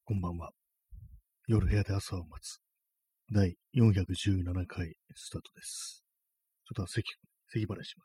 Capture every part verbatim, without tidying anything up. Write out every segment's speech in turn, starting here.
こんばんは。夜部屋で朝を待つ。だいよんひゃくじゅうななかいスタートです。ちょっと咳、咳払いします。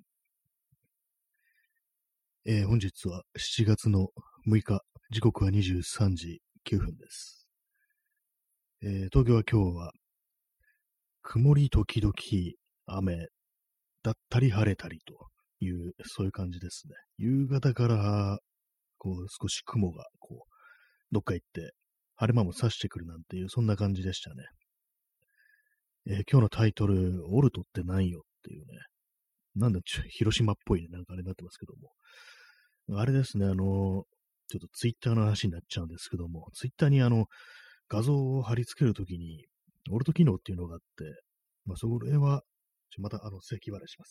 えー本日はしちがつのむいか、時刻はにじゅうさんじきゅうふんです。えー東京は今日は曇り時々雨だったり晴れたりという、そういう感じですね。夕方からこう少し雲がこうどっか行って晴れ間も差してくるなんていう、そんな感じでしたね。えー今日のタイトル、オルトって何よっていうね。なんだ、ちょ広島っぽいね、なんかあれになってますけども。あれですね、あの、ちょっとツイッターの話になっちゃうんですけども、ツイッターにあの、画像を貼り付けるときに、オルト機能っていうのがあって、まあ、それは、ちょまた、あの、咳払いします。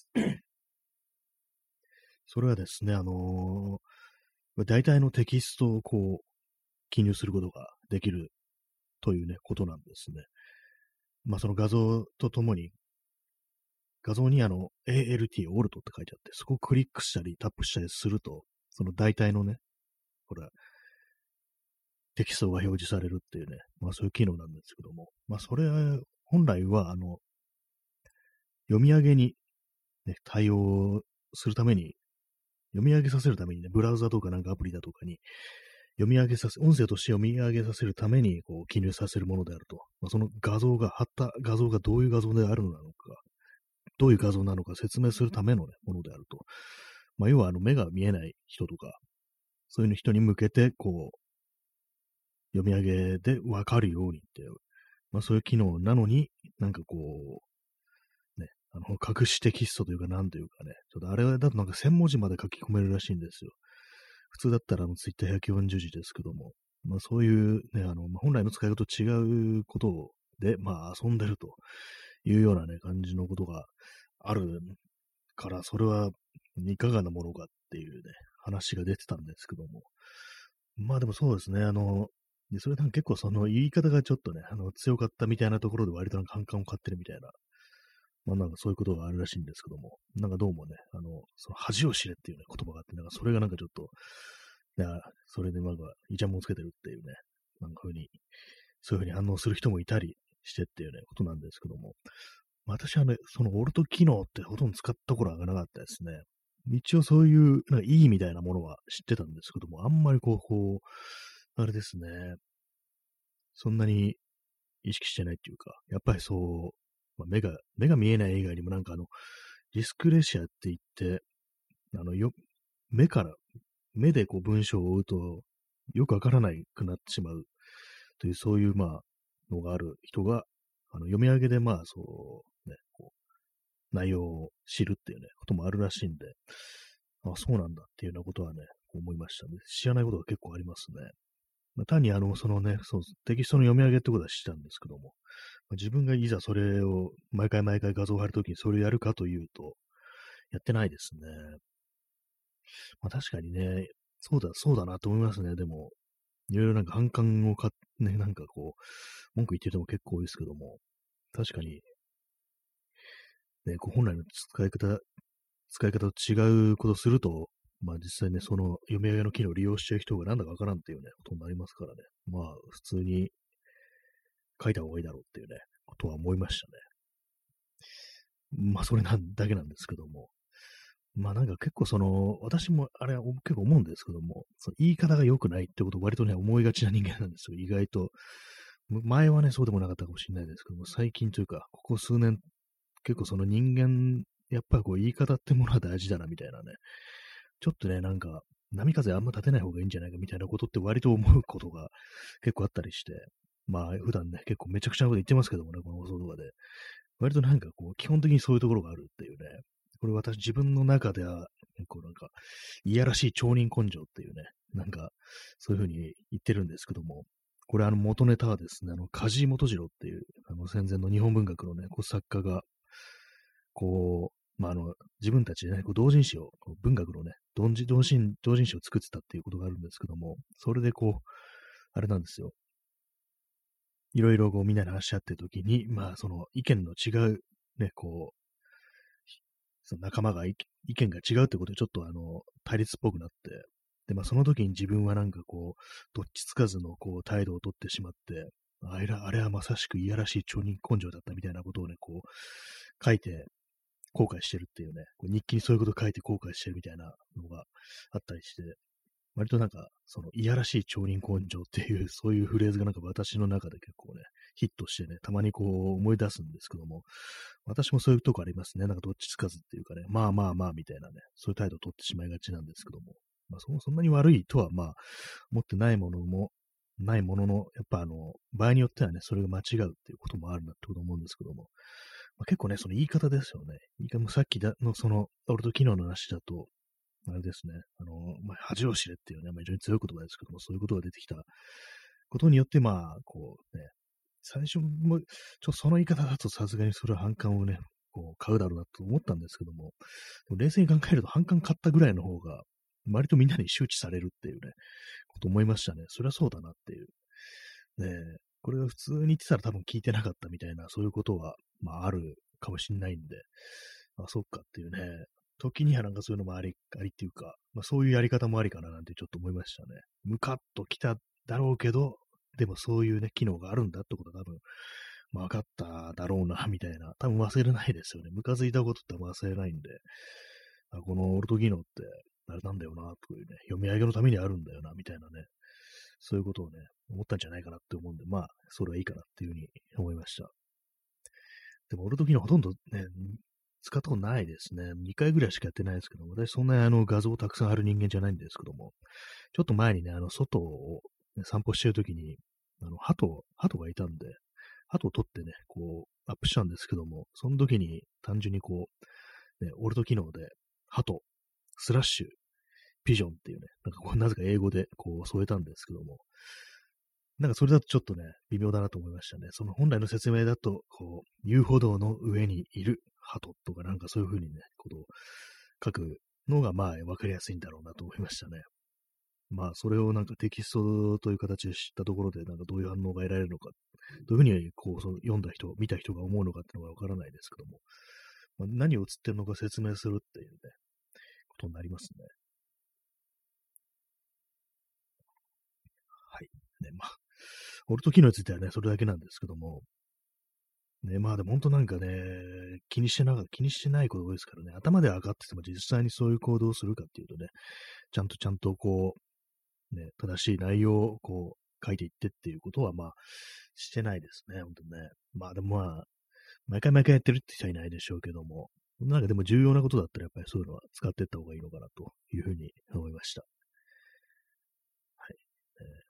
それはですね、あのー大体のテキストをこう、記入することができるというね、ことなんですね。まあ、その画像とともに、画像にあの、エーエルティー、オルトって書いてあって、そこをクリックしたりタップしたりすると、その大体のね、ほら、テキストが表示されるっていうね、まあそういう機能なんですけども、まあそれ、本来は、あの、読み上げに、ね、対応するために、読み上げさせるためにね、ブラウザとかなんかアプリだとかに、読み上げさせ、音声として読み上げさせるために、こう、記入させるものであると。まあ、その画像が、貼った画像がどういう画像であるのなのか、どういう画像なのか説明するための、ね、ものであると。まあ、要は、あの、目が見えない人とか、そういう人に向けて、こう、読み上げでわかるようにっていう、まあ、そういう機能なのに、なんかこう、ね、あの、隠しテキストというか、なんというかね、ちょっとあれだとなんかせんもじまで書き込めるらしいんですよ。普通だったら、あの、ツイッターひゃくよんじゅうじですけども、まあ、そういうね、あの、まあ、本来の使い方と違うことで、まあ、遊んでるというようなね、感じのことがあるから、それはいかがなものかっていうね、話が出てたんですけども。まあでもそうですね、あの、でそれなんか結構その言い方がちょっとね、あの、強かったみたいなところで割となんか反感を買ってるみたいな、まあなんかそういうことがあるらしいんですけども、なんかどうもね、あの、その恥を知れっていうね、言葉があって、なんかそれがなんかちょっと、いや、それでなんかイチャモンつけてるっていうね、なんか風に、そういう風に反応する人もいたりしてっていうね、ことなんですけども、私はね、そのオルト機能ってほとんど使ったことがなかったですね。一応そういう、なんか意義みたいなものは知ってたんですけども、あんまりこう、こう、あれですね、そんなに意識してないっていうか、やっぱりそう、まあ、目が、目が見えない以外にもなんかあの、ディスクレシアって言って、あの、よ、目から、目でこう文章を追うと、よくわからないくなってしまうという、そういう、まあ、のがある人が、あの、読み上げで、まあ、そう、ね、こう、内容を知るっていうね、こともあるらしいんで、あ、そうなんだっていうようなことはね、思いましたね。知らないことが結構ありますね。まあ、単にあの、そのね、そう、テキストの読み上げってことはしてたんですけども、まあ、自分がいざそれを毎回毎回画像を貼るときにそれをやるかというと、やってないですね。まあ確かにね、そうだ、そうだなと思いますね。でも、いろいろなんか反感をか、ね、なんかこう、文句言ってる人も結構多いですけども、確かに、ね、こう本来の使い方、使い方と違うことすると、まあ実際ね、その読み上げの機能を利用してる人がなんだかわからんっていうね、ことになりますからね。まあ普通に書いた方がいいだろうっていうね、ことは思いましたね。まあそれなんだけなんですけども。まあなんか結構その、私もあれは結構思うんですけども、その言い方が良くないってことを割とね、思いがちな人間なんですよ、意外と。前はね、そうでもなかったかもしれないですけども、最近というか、ここ数年、結構その人間、やっぱりこう言い方ってものは大事だなみたいなね、ちょっとね、なんか、波風あんま立てない方がいいんじゃないかみたいなことって割と思うことが結構あったりして、まあ普段ね、結構めちゃくちゃなこと言ってますけどもね、この放送とかで。割となんかこう、基本的にそういうところがあるっていうね。これ私自分の中では、結構なんか、いやらしい町人根性っていうね、なんか、そういうふうに言ってるんですけども、これあの元ネタはですね、あの、梶井元次郎っていう、あの戦前の日本文学のね、こう作家が、こう、まあ、あの、自分たちでね、こう同人誌を、こう文学のね、同人、同人、同人誌を作ってたっていうことがあるんですけども、それでこう、あれなんですよ。いろいろこうみんなで話し合ってるときに、まあその意見の違う、ね、こう、その仲間が意見が違うってことでちょっとあの、対立っぽくなって、 で、まあその時に自分はなんかこう、どっちつかずのこう態度をとってしまって、あれらあれはまさしくいやらしい超人根性だったみたいなことをね、こう、書いて後悔してるっていうね、こう日記にそういうこと書いて後悔してるみたいなのがあったりして、割となんか、その、いやらしい超人根性っていう、そういうフレーズがなんか私の中で結構ね、ヒットしてね、たまにこう思い出すんですけども、私もそういうとこありますね。なんかどっちつかずっていうかね、まあまあまあみたいなね、そういう態度を取ってしまいがちなんですけども、まあそそんなに悪いとはまあ、思ってないものも、ないものの、やっぱあの、場合によってはね、それが間違うっていうこともあるなってこと思うんですけども、まあ、結構ね、その言い方ですよね。言い方もさっきだの、その、俺と昨日の話だと、あれですね、あの、まあ、恥を知れっていうね、まあ、非常に強い言葉ですけども、そういうことが出てきたことによって、まあ、こうね、最初も、ちょその言い方だとさすがにそれは反感をね、こう買うだろうなと思ったんですけども、でも冷静に考えると反感買ったぐらいの方が、割とみんなに周知されるっていうね、こと思いましたね。そりゃそうだなっていう。ねえ、これが普通に言ってたら多分聞いてなかったみたいな、そういうことは、まああるかもしんないんで、あ、そっかっていうね、時にはなんかそういうのもあり、ありっていうか、まあそういうやり方もありかななんてちょっと思いましたね。ムカッときただろうけど、でもそういうね、機能があるんだってことは多分、まあ分かっただろうな、みたいな。多分忘れないですよね。ムカついたことって忘れないんで、あ、このオルト技能って、あれなんだよな、というね、読み上げのためにあるんだよな、みたいなね、そういうことをね、思ったんじゃないかなって思うんで、まあ、それはいいかなっていうふうに思いました。でも、オルト技能ほとんどね、使ったことないですね。にかいぐらいしかやってないですけども、私そんなにあの画像をたくさん貼る人間じゃないんですけども、ちょっと前にね、あの、外を、ね、散歩してるときに、あの、鳩、鳩がいたんで、鳩を取ってね、こう、アップしたんですけども、その時に単純にこう、ね、オルト機能で、鳩、スラッシュ、ピジョンっていうね、なんかこう、なぜか英語でこう添えたんですけども、なんかそれだとちょっとね、微妙だなと思いましたね。その本来の説明だと、こう、遊歩道の上にいる鳩とかなんかそういう風にね、ことを書くのがまあわかりやすいんだろうなと思いましたね。まあそれをなんかテキストという形で知ったところでなんかどういう反応が得られるのか、どういう風にこうその読んだ人、見た人が思うのかっていうのがわからないですけども、まあ、何を映ってるのか説明するっていうね、ことになりますね。はい。ね、まあ、オルト機能についてはね、それだけなんですけども、ね、まあでも本当なんかね、気にしてなか気にしてないこと多いですからね、頭では分かってても実際にそういう行動をするかっていうとね、ちゃんとちゃんとこう、ね、正しい内容をこう書いていってっていうことはまあしてないですね、本当にね。まあでもまあ、毎回毎回やってるって人はいないでしょうけども、なんかでも重要なことだったらやっぱりそういうのは使っていった方がいいのかなというふうに思いました。はい。えー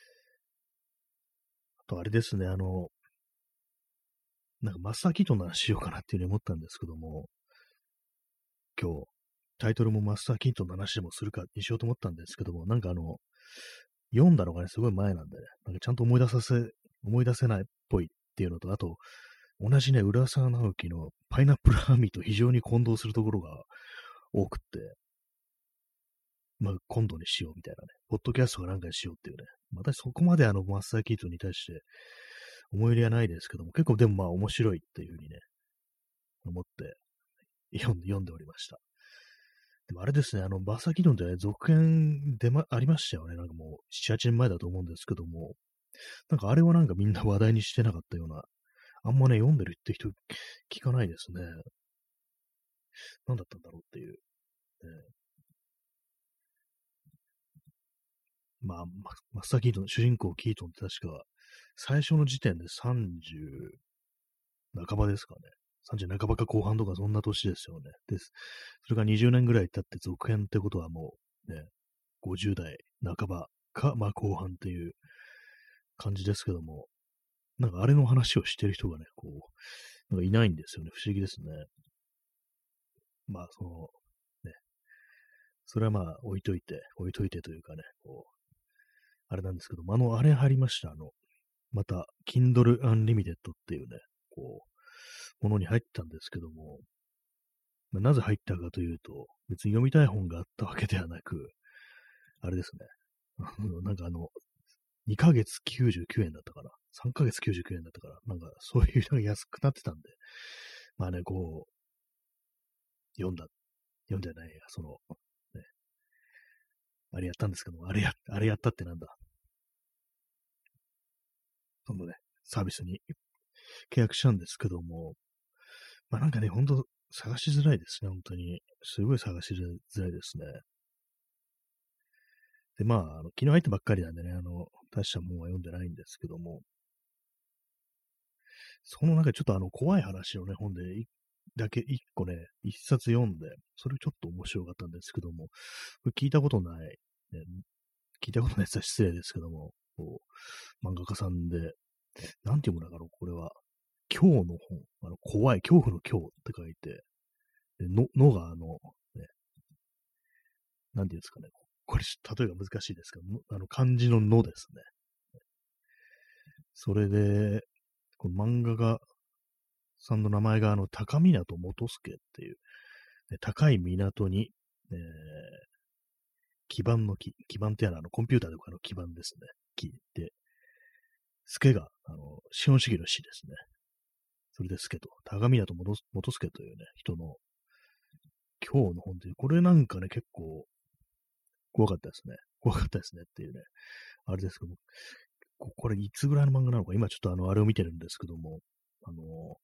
あとあれですね、あの、なんかマスターキートの話しようかなっていうふうに思ったんですけども、今日、タイトルもマスター・キントンの話でもするかにしようと思ったんですけども、なんかあの、読んだのがね、すごい前なんでね、なんかちゃんと思い出させ、思い出せないっぽいっていうのと、あと、同じね、浦沢直樹のパイナップルハーミーと非常に混同するところが多くって、まあ、今度にしようみたいなね、ポッドキャストかなんかにしようっていうね、私そこまであの、マスター・キートンに対して思い入れはないですけども、結構でもまあ面白いっていうふうにね、思って読んで、読んでおりました。でもあれですね、あの、バサキドンってね、続編出ま、ありましたよね。なんかもう、なな、はちねんまえだと思うんですけども、なんかあれはなんかみんな話題にしてなかったような、あんまね、読んでるって人聞かないですね。何だったんだろうっていう。ね、まあ、ママスター・キートン、主人公キートンって確か、最初の時点でさんじゅう半ばですかね。さんじゅう半ばか後半とかそんな年ですよね。です。それがにじゅうねんぐらい経って続編ってことはもう、ね、ごじゅう代半ばか、まあ後半っていう感じですけども、なんかあれの話をしてる人がね、こう、なんかいないんですよね。不思議ですね。まあ、その、ね、それはまあ置いといて、置いといてというかね、こう、あれなんですけども、あの、あれ入りました。あの、また、Kindle Unlimited っていうね、こう、ものに入ったんですけども、まあなぜ入ったかというと、別に読みたい本があったわけではなく、あれですね。あのなんかあの、にかげつきゅうじゅうきゅうえんだったかな。さんかげつきゅうじゅうきゅうえんだったから、なんかそういうのが安くなってたんで、まあね、こう、読んだ、読んでないや、その、ね、 あれやったんですけども、あれや、あれやったってなんだ。そのね、サービスに契約したんですけども、まあなんかね、ほんと探しづらいですね、本当に。すごい探しづらいですね。で、まあ、あの昨日入ったばっかりなんでね、あの、大したもんは読んでないんですけども、そのなんかちょっとあの、怖い話をね、本でいだけ一個ね、一冊読んで、それちょっと面白かったんですけども、これ聞いたことない、ね、聞いたことないやつは失礼ですけども、こう、漫画家さんで、なんて読むんだろう、これは。今日の本。あの、怖い、恐怖の今日って書いて、で、の、のがあの、ね、なんていうんですかね。これ、例えが難しいですけど、のあの、漢字ののですね。それで、この漫画家さんの名前が、あの、高港元助っていう、ね、高い港に、えー、基盤の木、基盤ってあの、コンピューターとかの基盤ですね。木で、助が、あの、資本主義の死ですね。それで助と、高港元元助というね、人の、今日の本で、これなんかね、結構怖かったですね。怖かったですねっていうね、あれですけども、ここれいつぐらいの漫画なのか、今ちょっとあの、あれを見てるんですけども、あの、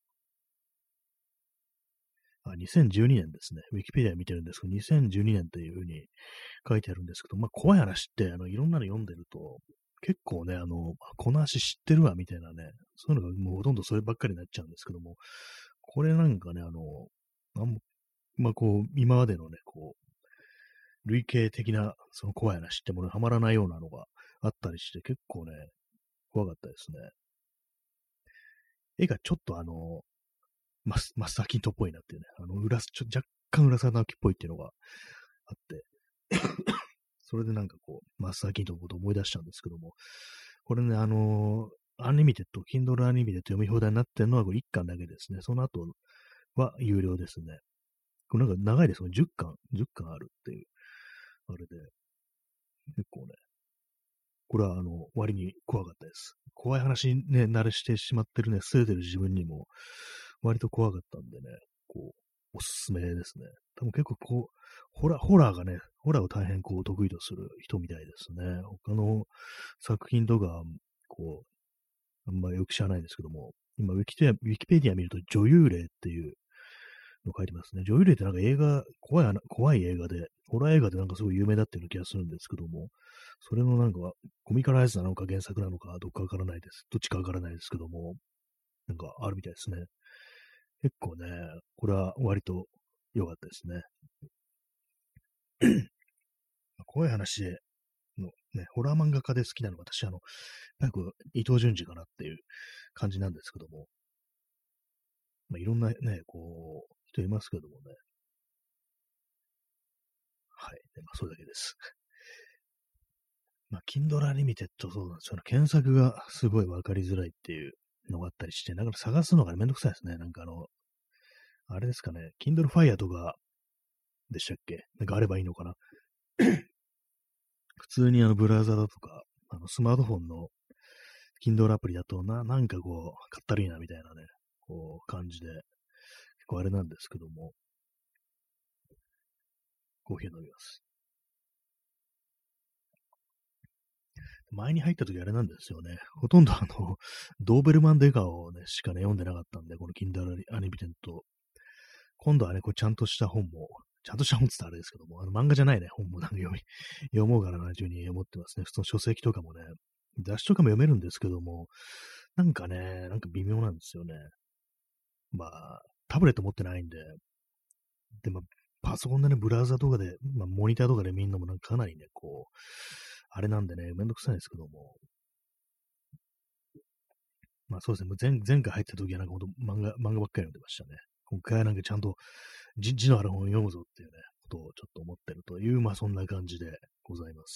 あ、にせんじゅうにねんですね。ウィキペディア見てるんですけど、にせんじゅうにねんっていう風に書いてあるんですけど、まあ、怖い話って、あの、いろんなの読んでると、結構ね、あの、この話知ってるわ、みたいなね、そういうのがもうほとんどそればっかりになっちゃうんですけども、これなんかね、あの、あんまあ、こう、今までのね、こう、類型的な、その怖い話ってものにはまらないようなのがあったりして、結構ね、怖かったですね。絵がちょっとあの、マス、マスターキントっぽいなっていうね、あの、裏、ちょ、若干裏サナキっぽいっていうのがあって、それでなんかこう、マスターキントのことを思い出したんですけども、これね、あのーアニメテッド、Kindle アニメテッド読み放題になってるのはこれいっかんだけですね。その後は有料ですね。これなんか長いですよね。じゅっかん、じゅっかんあるっていう、あれで、結構ね、これはあの、割に怖かったです。怖い話にね、慣れしてしまってるね、捨ててる自分にも、割と怖かったんでね、こう、おすすめですね。多分結構こう、ホラー、ホラーがね、ホラーを大変こう得意とする人みたいですね。他の作品とか、こう、あんまりよく知らないんですけども、今ウィキペディア、ウィキペディア見ると女優霊っていうの書いてますね。女優霊ってなんか映画、怖い話、怖い映画で、ホラー映画でなんかすごい有名だっていう気がするんですけども、それのなんか、コミカライズなのか原作なのか、どっかわからないです。どっちかわからないですけども、なんかあるみたいですね。結構ね、これは割と良かったですね。怖い話のね、ホラー漫画家で好きなのは私、あの、早く伊藤淳二かなっていう感じなんですけども、まあ、いろんなね、こう、人いますけどもね。はい。でまあ、それだけです。まあ、Kindle Unlimited そうなんですよね。検索がすごいわかりづらいっていうのがあったりして、だから探すのがめんどくさいですね。なんかあの、あれですかね、Kindle Fire とかでしたっけなんかあればいいのかな。普通にあのブラウザだとか、あのスマートフォンの Kindle アプリだとな、なんかこう、かったるいなみたいなね、こう、感じで、結構あれなんですけども、コーヒー飲みます。前に入った時あれなんですよね。ほとんどあの、ドーベルマンデカをね、しかね、読んでなかったんで、この Kindle アニビテント。今度はね、こうちゃんとした本も、ちゃんとした本って言ったらあれですけども、あの漫画じゃないね、本もなんか読み、読もうかな、というふうに思ってますね。普通の書籍とかもね、雑誌とかも読めるんですけども、なんかね、なんか微妙なんですよね。まあ、タブレット持ってないんで、で、まあ、パソコンでね、ブラウザとかで、まあ、モニターとかで見るのもなんかかなりね、こう、あれなんでね、めんどくさいんですけども、まあそうですね、もう前前回入った時はなんかほんと漫画、漫画ばっかり読んでましたね。今回はなんかちゃんと字字のある本を読むぞっていうね、ことをちょっと思ってるという、まあそんな感じでございます。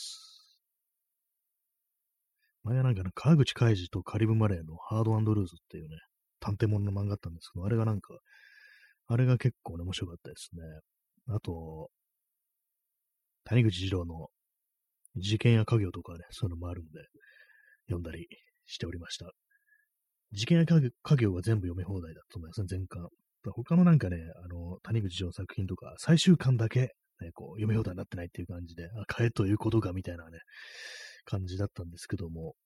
前はなんかね、川口海二とカリブマレーのハードルーズっていうね、探偵物の漫画あったんですけど、あれがなんか、あれが結構ね、面白かったですね。あと、谷口二郎の事件や家業とかね、そういうのもあるんで、読んだりしておりました。事件や家業は全部読み放題だと思いますね、全巻。他のなんかね、あの、谷口二郎の作品とか、最終巻だけね、こう、読み放題になってないっていう感じで、あ、買えということかみたいなね、感じだったんですけども、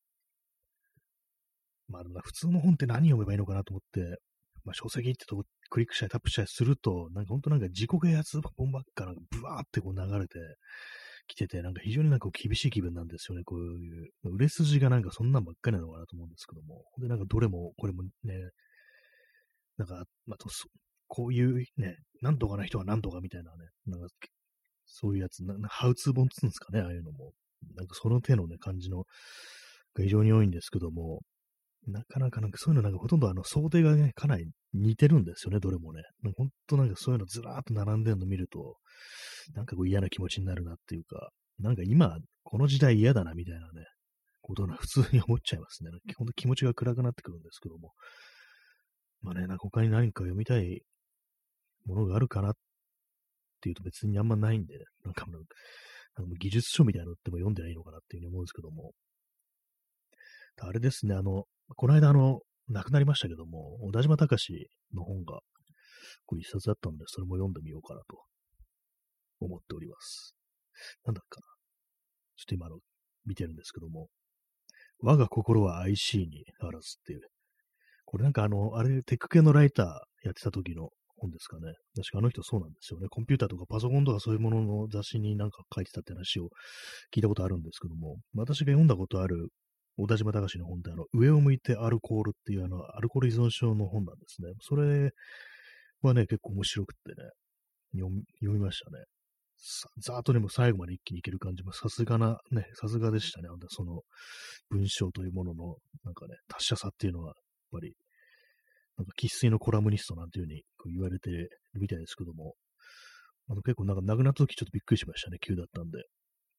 まあでもな普通の本って何読めばいいのかなと思って、まあ書籍ってとこクリックしたりタップしたりすると、なんかほんとなんか自己啓発本ばっかなんかブワーってこう流れてきてて、なんか非常になんかこう厳しい気分なんですよね、こういう。売れ筋がなんかそんなんばっかりなのかなと思うんですけども。で、なんかどれもこれもね、なんか、まあ、とそこういうね、なんとかな人はなんとかみたいなね、なんかそういうやつ、ななハウツー本っつうんですかね、ああいうのも。なんかその手のね、感じのが非常に多いんですけども、なかなかなんかそういうのなんかほとんどあの想定がね、かなり似てるんですよね、どれもね。なんかほんとなんかそういうのずらーっと並んでるの見ると、なんかこう嫌な気持ちになるなっていうか、なんか今、この時代嫌だなみたいなね、ことな普通に思っちゃいますね。ほんと気持ちが暗くなってくるんですけども。まあね、なんか他に何か読みたいものがあるかなっていうと別にあんまないんでね、なんかもう、なんかもう技術書みたいなのっても読んでないのかなっていうふうに思うんですけども。あれですね、あの、この間あの、亡くなりましたけども、小田島隆の本が、こう一冊あったんで、それも読んでみようかなと思っております。なんだっけかな。ちょっと今あの、見てるんですけども、我が心は アイシー にあらずっていう、これなんかあの、あれ、テック系のライターやってた時の本ですかね。確かあの人そうなんですよね。コンピューターとかパソコンとかそういうものの雑誌になんか書いてたって話を聞いたことあるんですけども、私が読んだことある小田島隆の本って、あの、上を向いてアルコールっていうあの、アルコール依存症の本なんですね。それはね、結構面白くってね、読み読みましたね。さざーっとでも最後まで一気にいける感じもさすがな、ね、さすがでしたね。その文章というものの、なんかね、達者さっていうのは、やっぱり、なんか生粋のコラムニストなんていうふうにこう言われてるみたいですけども、あの結構なんか亡くなった時ちょっとびっくりしましたね。急だったんで。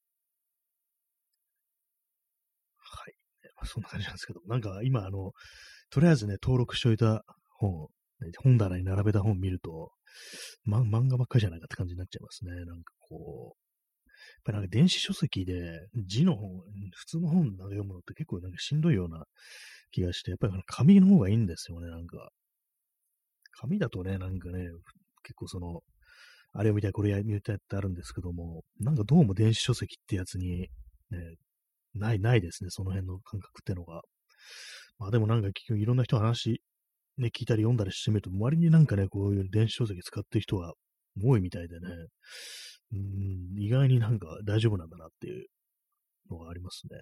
はい。まあ、そんな感じなんですけど、なんか今、あの、とりあえずね、登録しておいた本、ね、本棚に並べた本見ると、ま、漫画ばっかりじゃないかって感じになっちゃいますね。なんかこう、やっぱりなんか電子書籍で字の本、普通の本なんか読むのって結構なんかしんどいような気がして、やっぱり紙の方がいいんですよね、なんか。紙だとね、なんかね、結構その、あれを見たい、これ見たいってあるんですけども、なんかどうも電子書籍ってやつに、ね、ない、ないですね、その辺の感覚ってのが。まあでもなんか結局いろんな人の話、ね、聞いたり読んだりしてみると、周りになんかね、こういう電子書籍使ってる人は多いみたいでね、うん、意外になんか大丈夫なんだなっていうのがありますね。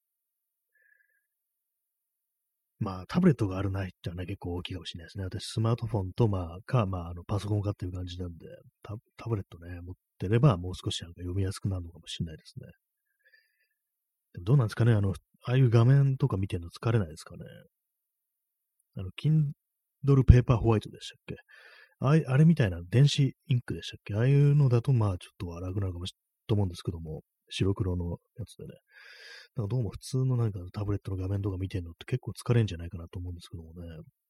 まあ、タブレットがあるないってのはね、結構大きいかもしれないですね。私、スマートフォンと、まあ、か、まあ、あの、パソコンかっていう感じなんで、タ、タブレットね、持ってれば、もう少しなんか読みやすくなるのかもしれないですね。でもどうなんですかね、あの、ああいう画面とか見てるの疲れないですかね。あの、Kindle Paper White でしたっけ？あいあれみたいな電子インクでしたっけ？ああいうのだと、まあ、ちょっとは楽なのかもしと思うんですけども、白黒のやつでね。なんかどうも普通のなんかタブレットの画面とか見てるのって結構疲れんじゃないかなと思うんですけどもね。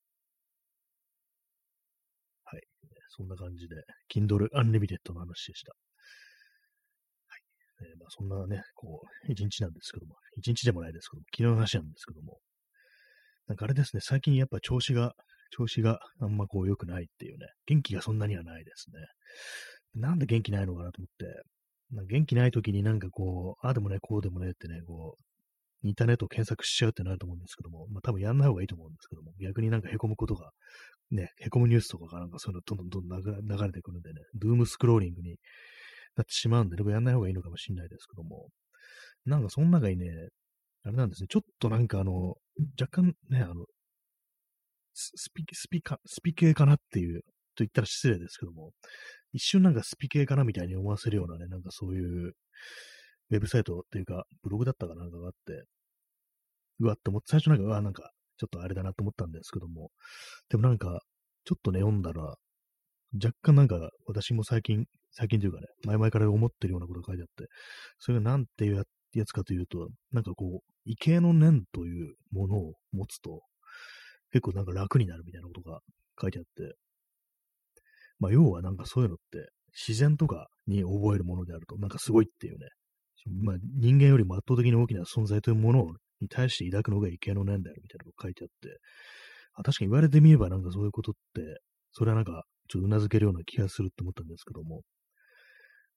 はい。そんな感じで、Kindle Unlimited の話でした。はい。えーまあ、そんなね、こう、一日なんですけども、一日でもないですけども、昨日の話なんですけども、なんかあれですね、最近やっぱ調子が、調子があんまこう良くないっていうね、元気がそんなにはないですね。なんで元気ないのかなと思って、なんか元気ない時になんかこう、ああでもね、こうでもねってね、こう、インターネットを検索しちゃうってなると思うんですけども、まあ多分やんない方がいいと思うんですけども、逆になんか凹むことが、ね、凹むニュースとかがなんかそういうのどんどんどんどん流れてくるんでね、ドゥームスクローリングになってしまうんで、ね、やんない方がいいのかもしれないですけども、なんかその中にね、あれなんですね、ちょっとなんかあの、若干ね、あの、ススピ、スピか、スピ系かなっていう、と言ったら失礼ですけども、一瞬なんかスピ系かなみたいに思わせるようなね、なんかそういうウェブサイトっていうか、ブログだったかなんかがあって、うわって思って、最初なんか、うわ、なんか、ちょっとあれだなと思ったんですけども、でもなんか、ちょっとね、読んだら、若干なんか、私も最近、最近というかね、前々から思ってるようなことが書いてあって、それがなんていうややつかというと、なんかこう、畏敬の念というものを持つと、結構なんか楽になるみたいなことが書いてあって、まあ要はなんかそういうのって自然とかに覚えるものであると、なんかすごいっていうね、まあ人間よりも圧倒的に大きな存在というものに対して抱くのが畏敬の念であるみたいなことが書いてあって、あ、確かに言われてみればなんかそういうことって、それはなんかちょっと頷けるような気がするって思ったんですけども、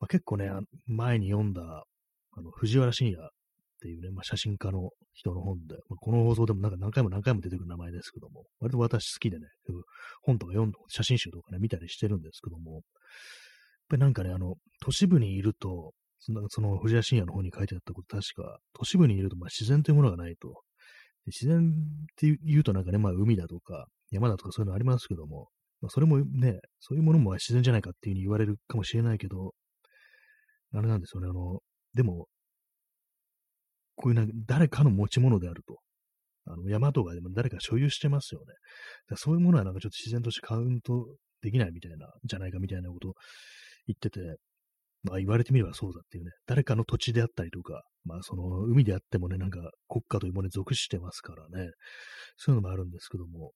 まあ、結構ね、あ前に読んだ、あの、藤原信也っていうね、まあ、写真家の人の本で、まあ、この放送でもなんか何回も何回も出てくる名前ですけども、割と私好きでね、本とか読ん写真集とかね、見たりしてるんですけども、やっぱりなんかね、あの、都市部にいると、そのその藤原信也の本に書いてあったこと、確か、都市部にいると、まあ、自然というものがないと。で自然って言うとなんかね、まあ、海だとか、山だとかそういうのありますけども、まあ、それもね、そういうものも自然じゃないかっていうふうに言われるかもしれないけど、あれなんですよね、あの、でも、こういうなんか誰かの持ち物であると。あの山とかでも誰か所有してますよね。だからそういうものはなんかちょっと自然としてカウントできないみたいな、じゃないかみたいなことを言ってて、まあ言われてみればそうだっていうね、誰かの土地であったりとか、まあその海であってもね、なんか国家というものに属してますからね、そういうのもあるんですけども、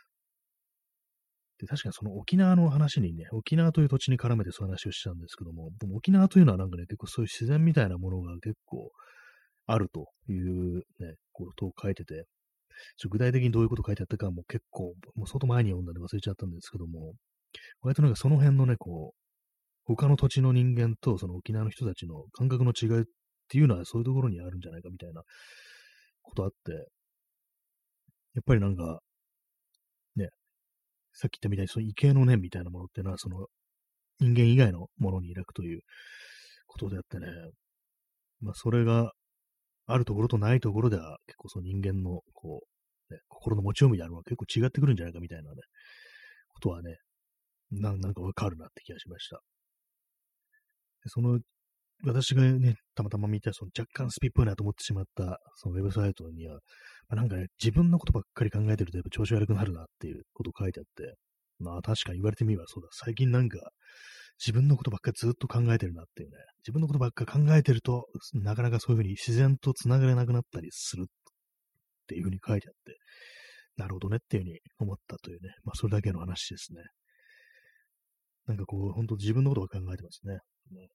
で、確かにその沖縄の話にね、沖縄という土地に絡めてそういう話をしたんですけども、でも沖縄というのはなんかね、結構そういう自然みたいなものが結構あるというね、ことを書いてて、ちょ具体的にどういうこと書いてあったかはもう結構、もう相当前に読んだんで忘れちゃったんですけども、割となんかその辺のね、こう、他の土地の人間とその沖縄の人たちの感覚の違いっていうのはそういうところにあるんじゃないかみたいなことあって、やっぱりなんかね、さっき言ったみたいにその畏敬の念みたいなものっていうのはその人間以外のものに抱くということであってね、まあそれがあるところとないところでは結構その人間のこう、ね、心の持ちようみたいなのが結構違ってくるんじゃないかみたいなね、ことはね、ななんかわかるなって気がしました。でその、私がね、たまたま見た、その若干スピっぽいなと思ってしまった、そのウェブサイトには、まあ、なんかね、自分のことばっかり考えてるとやっぱ調子悪くなるなっていうこと書いてあって、まあ確かに言われてみればそうだ。最近なんか、自分のことばっかりずっと考えてるなっていうね。自分のことばっかり考えてると、なかなかそういうふうに自然と繋がれなくなったりするっていうふうに書いてあって、なるほどねっていうふうに思ったというね。まあそれだけの話ですね。なんかこう、本当自分のことを考えてますね。ね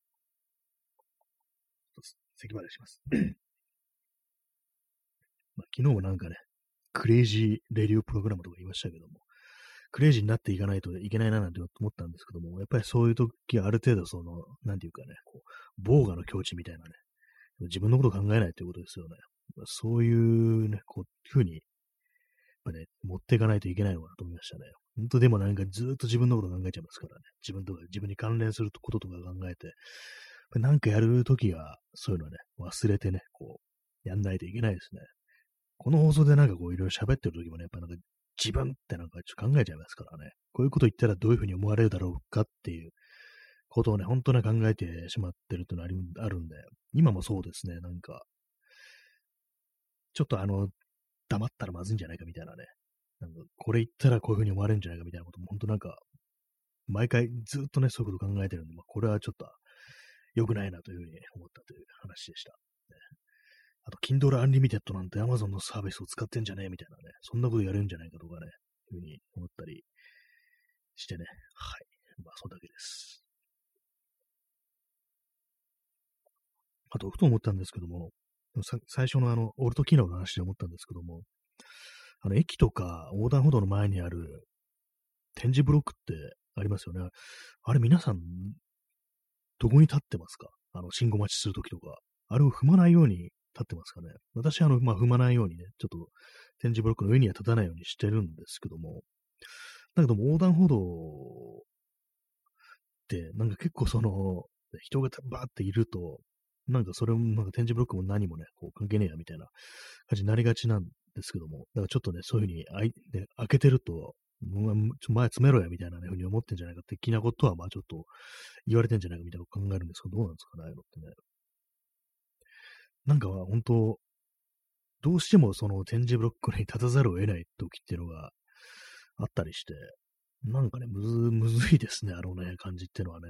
咳払いします。まあ、昨日もなんかね、クレイジーレディオプログラムとか言いましたけども、クレイジーになっていかないといけないななんて思ったんですけども、やっぱりそういう時ある程度その、なんていうかね、こう、防我の境地みたいなね、自分のことを考えないということですよね。そういうね、こう、ふうに、やっぱね、持っていかないといけないのかなと思いましたね。本当でもなんかずっと自分のこと考えちゃいますからね。自分とか、自分に関連することとか考えて、なんかやるときは、そういうのはね、忘れてね、こう、やんないといけないですね。この放送でなんかこういろいろ喋ってるときもね、やっぱなんか自分ってなんかちょっと考えちゃいますからね。こういうこと言ったらどういうふうに思われるだろうかっていうことをね、本当ね考えてしまってるっていうのありあるんで、今もそうですね、なんか、ちょっとあの、黙ったらまずいんじゃないかみたいなね。なんか、これ言ったらこういうふうに思われるんじゃないかみたいなことも、本当なんか、毎回ずっとね、そういうこと考えてるんで、まあ、これはちょっと良くないなというふうに思ったという話でした。ね、あと、Kindle Unlimited なんて Amazon のサービスを使ってんじゃねえみたいなね、そんなことやれるんじゃないかとかね、いうふうに思ったりしてね。はい。まあ、それだけです。あと、ふと思ったんですけども、さ最初のあの、オルト機能の話で思ったんですけども、あの、駅とか横断歩道の前にある点字ブロックってありますよね。あれ皆さん、どこに立ってますか？あの、信号待ちするときとか。あれを踏まないように立ってますかね。私はあの、まあ、踏まないようにね、ちょっと点字ブロックの上には立たないようにしてるんですけども、だけども横断歩道って、なんか結構その、人がバーっていると、なんかそれも、なんか点字ブロックも何もね、こう関係ねえやみたいな感じになりがちなんですけども、だからちょっとね、そういうふうにあい、ね、開けてると、もうちょ前詰めろやみたいな、ね、ふうに思ってんじゃないか的なことは、まあちょっと言われてんじゃないかみたいなことを考えるんですけど、どうなんですかね、ああいうのってね。なんか本当、どうしてもその点字ブロックに立たざるを得ない時っていうのがあったりして、なんかね、むず、むずいですね、あのね、感じっていうのはね。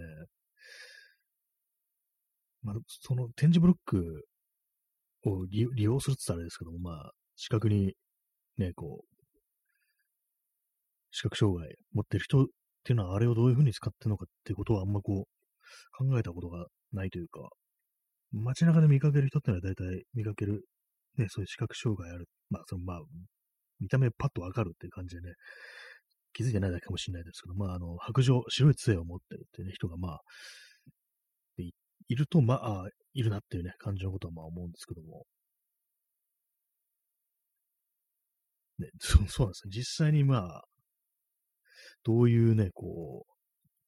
まあ、その点字ブロックを利利用するって言ったらあれですけども、まあ、視覚にね、こう、視覚障害持ってる人っていうのは、あれをどういうふうに使ってるのかっていうことは、あんまこう、考えたことがないというか、街中で見かける人ってのは大体見かける、ね、そういう視覚障害ある。まあ、その、まあ、見た目パッとわかるっていう感じでね、気づいてないだけかもしれないですけど、まあ、あの、白状、白い杖を持ってるっていう、ね、人が、まあ、 いると、まあ、いるなっていうね、感じのことはまあ思うんですけども、ね、そうそうなんですね。実際にまあ、どういうね、こう、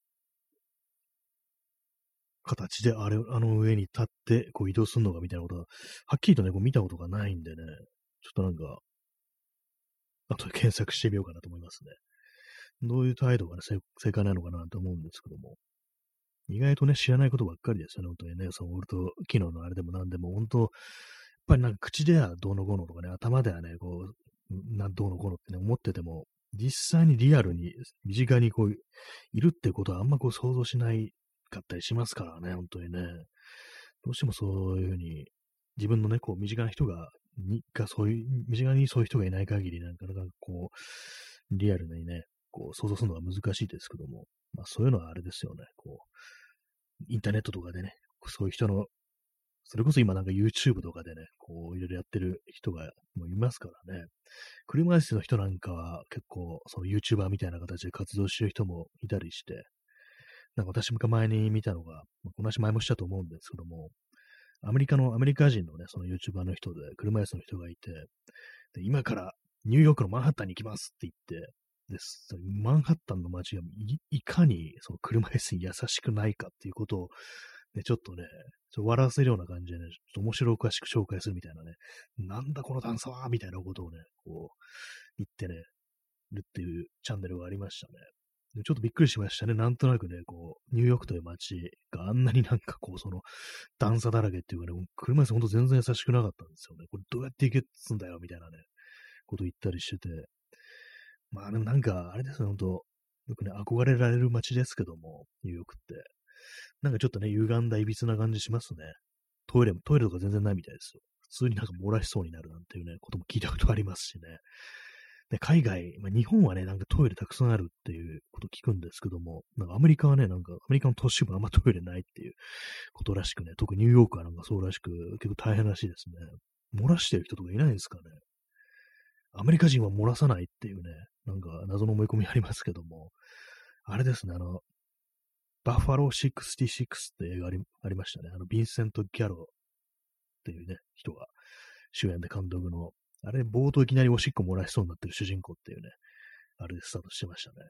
形であれ、あの上に立って、こう移動するのかみたいなことは、はっきりとね、こう見たことがないんでね、ちょっとなんか、後で検索してみようかなと思いますね。どういう態度がね、正正解なのかなと思うんですけども、意外とね、知らないことばっかりですよね、本当にね、そのオルト機能のあれでも何でも、本当、やっぱりなんか口ではどうのこうのとかね、頭ではね、こう、などうのこうのってね、思ってても、実際にリアルに、身近にこう、いるってことはあんまこう想像しないかったりしますからね、本当にね。どうしてもそういうふうに、自分のね、こう、身近な人が、に、が、そういう、身近にそういう人がいない限り、なんか、なかなかこう、リアルにね、こう、想像するのが難しいですけども、まあ、そういうのはあれですよね、こう、インターネットとかでね、そういう人の、それこそ今なんか YouTube とかでね、こう、いろいろやってる人がもういますからね、車椅子の人なんかは結構、その YouTuber みたいな形で活動してる人もいたりして、なんか私が前に見たのが、まあこの話前もしたと思うんですけども、アメリカの、アメリカ人のね、その YouTuber の人で、車椅子の人がいて、で、今からニューヨークのマンハッタンに行きますって言って、です。マンハッタンの街がいいかにその車椅子に優しくないかっていうことを、ね、ちょっとね、ちょっと笑わせるような感じでね、ちょっと面白おかしく紹介するみたいなね、なんだこの段差はみたいなことをね、こう、言ってね、るっていうチャンネルがありましたね。でちょっとびっくりしましたね。なんとなくね、こう、ニューヨークという街があんなになんかこう、その、段差だらけっていうかね、車椅子ほんと全然優しくなかったんですよね。これどうやって行けっつんだよ、みたいなね、こと言ったりしてて。まあでもなんか、あれですね、ほんと、よくね、憧れられる街ですけども、ニューヨークって。なんかちょっとね、歪んだ歪な感じしますね。トイレも、トイレとか全然ないみたいですよ。普通になんか漏らしそうになるなんていうね、ことも聞いたことありますしね。で、海外、まあ、日本はね、なんかトイレたくさんあるっていうこと聞くんですけども、なんかアメリカはね、なんかアメリカの都市部あんまトイレないっていうことらしくね、特にニューヨークはなんかそうらしく、結構大変らしいですね。漏らしてる人とかいないんですかね。アメリカ人は漏らさないっていうね、なんか謎の思い込みありますけども、あれですね、あの、バッファローろくじゅうろくって映画ありありましたね。あの、ヴィンセント・ギャロっていうね、人が主演で監督の、あれ、冒頭いきなりおしっこ漏らしそうになってる主人公っていうね、あれでスタートしてましたね。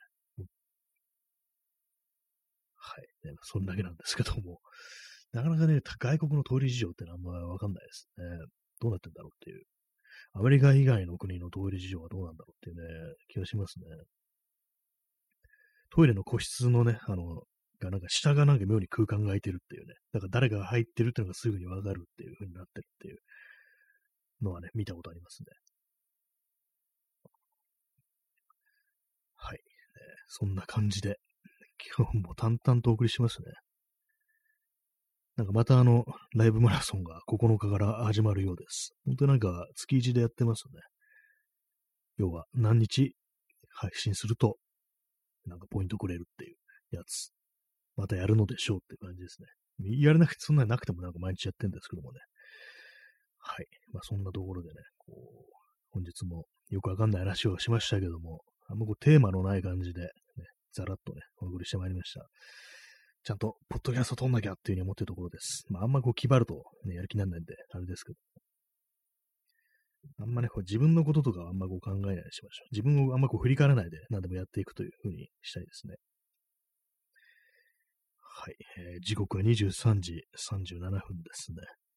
はい。ね、そんだけなんですけども、なかなかね、外国のトイレ事情ってのはあんまわかんないですね。どうなってんだろうっていう。アメリカ以外の国のトイレ事情はどうなんだろうっていうね、気がしますね。トイレの個室のね、あの、がなんか下がなんか妙に空間が空いてるっていうね。だから誰が入ってるっていうのがすぐにわかるっていう風になってるっていうのはね、見たことありますね。はい。えーそんな感じで、今日も淡々とお送りしますね。なんかまたあの、ライブマラソンがここのかから始まるようです。本当になんか月いちでやってますね。要は何日配信すると、なんかポイントくれるっていうやつ。またやるのでしょうって感じですね。やらなくて、そんなになくてもなんか毎日やってるんですけどもね。はい。まあそんなところでね、こう、本日もよくわかんない話をしましたけども、あんまこうテーマのない感じで、ね、ざらっとね、お送りしてまいりました。ちゃんと、ポッドキャスト撮んなきゃっていうふうに思ってるところです。まあ、あんまこう、気張ると、ね、やる気にならないんで、あれですけど。あんまね、こう自分のこととかはあんまこう考えないようにしましょう。自分をあんまこう振り返らないで何でもやっていくというふうにしたいですね。はい。えー時刻はにじゅうさんじさんじゅうななふんですね。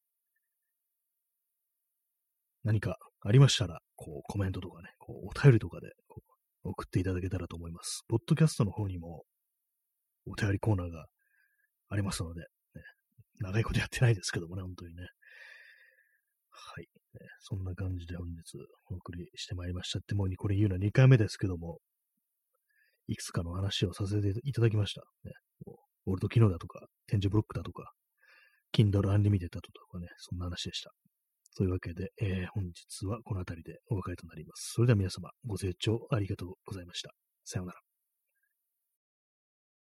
何かありましたら、こう、コメントとかね、こう、お便りとかでこう送っていただけたらと思います。ポッドキャストの方にもお便りコーナーがありますので、ね、長いことやってないですけどもね、本当にね。はい。ねそんな感じで本日お送りしてまいりました。ってもうこれ言うのはにかいめですけども、いくつかの話をさせていただきました。ね、オールド機能だとか、展示ブロックだとか、Kindle Unlimited だとかね、そんな話でした。というわけで、えー本日はこの辺りでお別れとなります。それでは皆様、ご清聴ありがとうございました。さようなら。